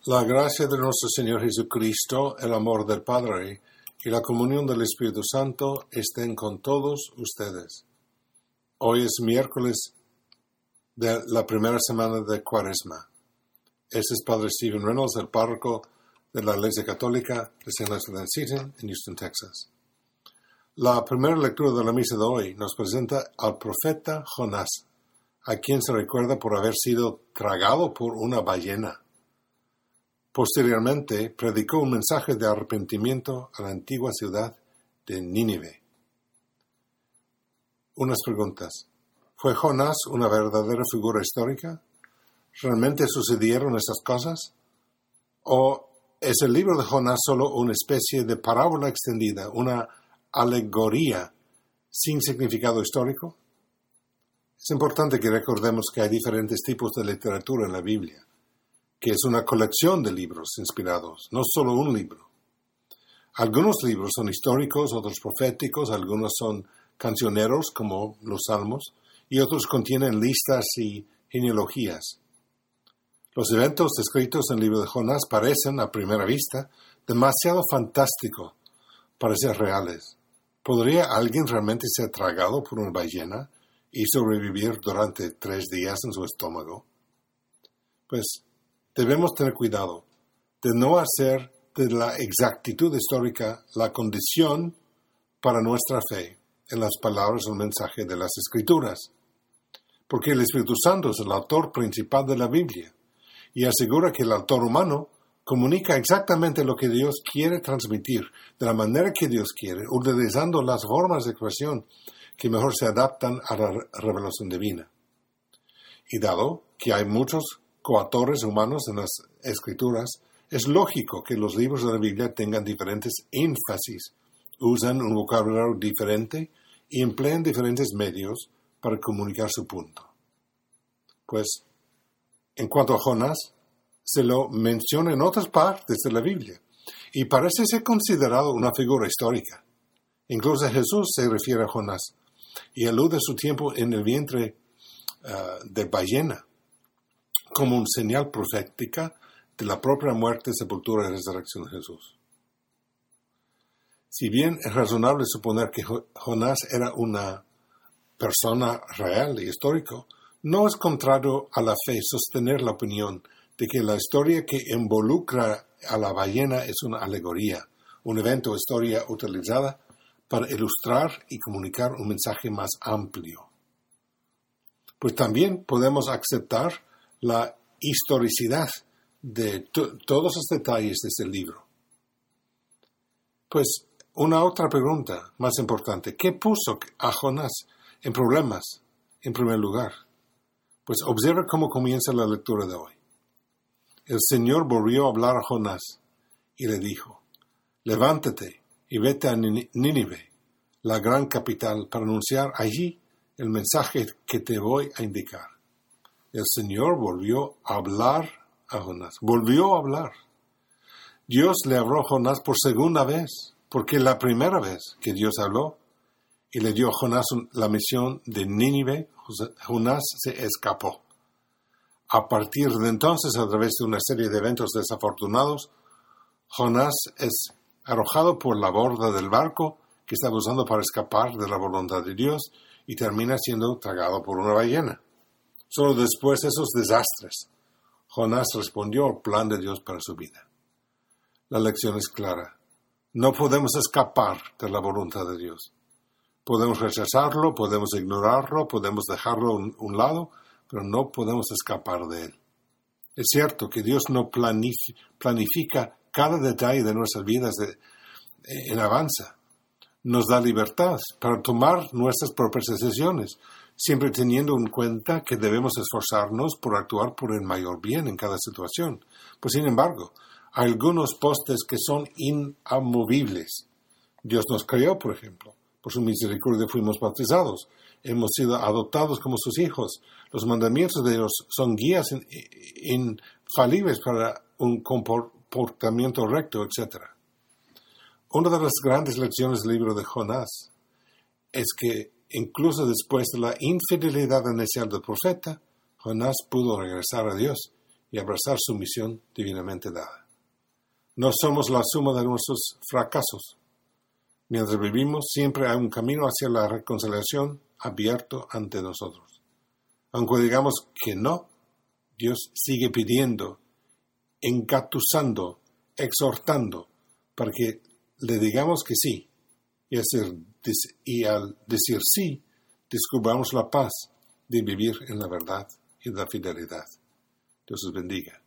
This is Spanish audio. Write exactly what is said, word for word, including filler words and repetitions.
La gracia de nuestro Señor Jesucristo, el amor del Padre y la comunión del Espíritu Santo estén con todos ustedes. Hoy es miércoles de la primera semana de Cuaresma. Este es Padre Stephen Reynolds, el párroco de la Iglesia Católica de Saint Elizabeth Seton en Houston, Texas. La primera lectura de la misa de hoy nos presenta al profeta Jonás, a quien se recuerda por haber sido tragado por una ballena. Posteriormente, predicó un mensaje de arrepentimiento a la antigua ciudad de Nínive. Unas preguntas. ¿Fue Jonás una verdadera figura histórica? ¿Realmente sucedieron estas cosas? ¿O es el libro de Jonás solo una especie de parábola extendida, una alegoría sin significado histórico? Es importante que recordemos que hay diferentes tipos de literatura en la Biblia, que es una colección de libros inspirados, no solo un libro. Algunos libros son históricos, otros proféticos, algunos son cancioneros, como los Salmos, y otros contienen listas y genealogías. Los eventos descritos en el libro de Jonás parecen, a primera vista, demasiado fantásticos para ser reales. ¿Podría alguien realmente ser tragado por una ballena y sobrevivir durante tres días en su estómago? Pues debemos tener cuidado de no hacer de la exactitud histórica la condición para nuestra fe en las palabras del mensaje de las Escrituras, porque el Espíritu Santo es el autor principal de la Biblia y asegura que el autor humano comunica exactamente lo que Dios quiere transmitir, de la manera que Dios quiere, utilizando las formas de expresión que mejor se adaptan a la revelación divina. Y dado que hay muchos coautores humanos en las Escrituras, es lógico que los libros de la Biblia tengan diferentes énfasis, usan un vocabulario diferente y emplean diferentes medios para comunicar su punto. Pues, en cuanto a Jonás, se lo menciona en otras partes de la Biblia y parece ser considerado una figura histórica. Incluso Jesús se refiere a Jonás y alude a su tiempo en el vientre uh, de ballena como un señal profética de la propia muerte, sepultura y resurrección de Jesús. Si bien es razonable suponer que Jonás era una persona real y histórico, no es contrario a la fe sostener la opinión de que la historia que involucra a la ballena es una alegoría, un evento o historia utilizada para ilustrar y comunicar un mensaje más amplio. Pues también podemos aceptar la historicidad de to- todos los detalles de este libro. Pues una otra pregunta más importante. ¿Qué puso a Jonás en problemas en primer lugar? Pues observa cómo comienza la lectura de hoy. El Señor volvió a hablar a Jonás y le dijo: levántate y vete a Nínive, la gran capital, para anunciar allí el mensaje que te voy a indicar. El Señor volvió a hablar a Jonás. Volvió a hablar. Dios le habló a Jonás por segunda vez, porque la primera vez que Dios habló y le dio a Jonás la misión de Nínive, Jonás se escapó. A partir de entonces, a través de una serie de eventos desafortunados, Jonás es arrojado por la borda del barco que estaba usando para escapar de la voluntad de Dios y termina siendo tragado por una ballena. Solo después de esos desastres, Jonás respondió al plan de Dios para su vida. La lección es clara. No podemos escapar de la voluntad de Dios. Podemos rechazarlo, podemos ignorarlo, podemos dejarlo a un, un lado, pero no podemos escapar de él. Es cierto que Dios no planif- planifica cada detalle de nuestras vidas de, en avanza. Nos da libertad para tomar nuestras propias decisiones, siempre teniendo en cuenta que debemos esforzarnos por actuar por el mayor bien en cada situación. Pues, sin embargo, hay algunos postes que son inamovibles. Dios nos creó, por ejemplo. Por su misericordia fuimos bautizados. Hemos sido adoptados como sus hijos. Los mandamientos de Dios son guías infalibles para un comportamiento recto, etcétera. Una de las grandes lecciones del libro de Jonás es que incluso después de la infidelidad inicial del profeta, Jonás pudo regresar a Dios y abrazar su misión divinamente dada. No somos la suma de nuestros fracasos. Mientras vivimos, siempre hay un camino hacia la reconciliación abierto ante nosotros. Aunque digamos que no, Dios sigue pidiendo, engatusando, exhortando, para que le digamos que sí. Y, hacer, y al decir sí, descubramos la paz de vivir en la verdad y la fidelidad. Dios os bendiga.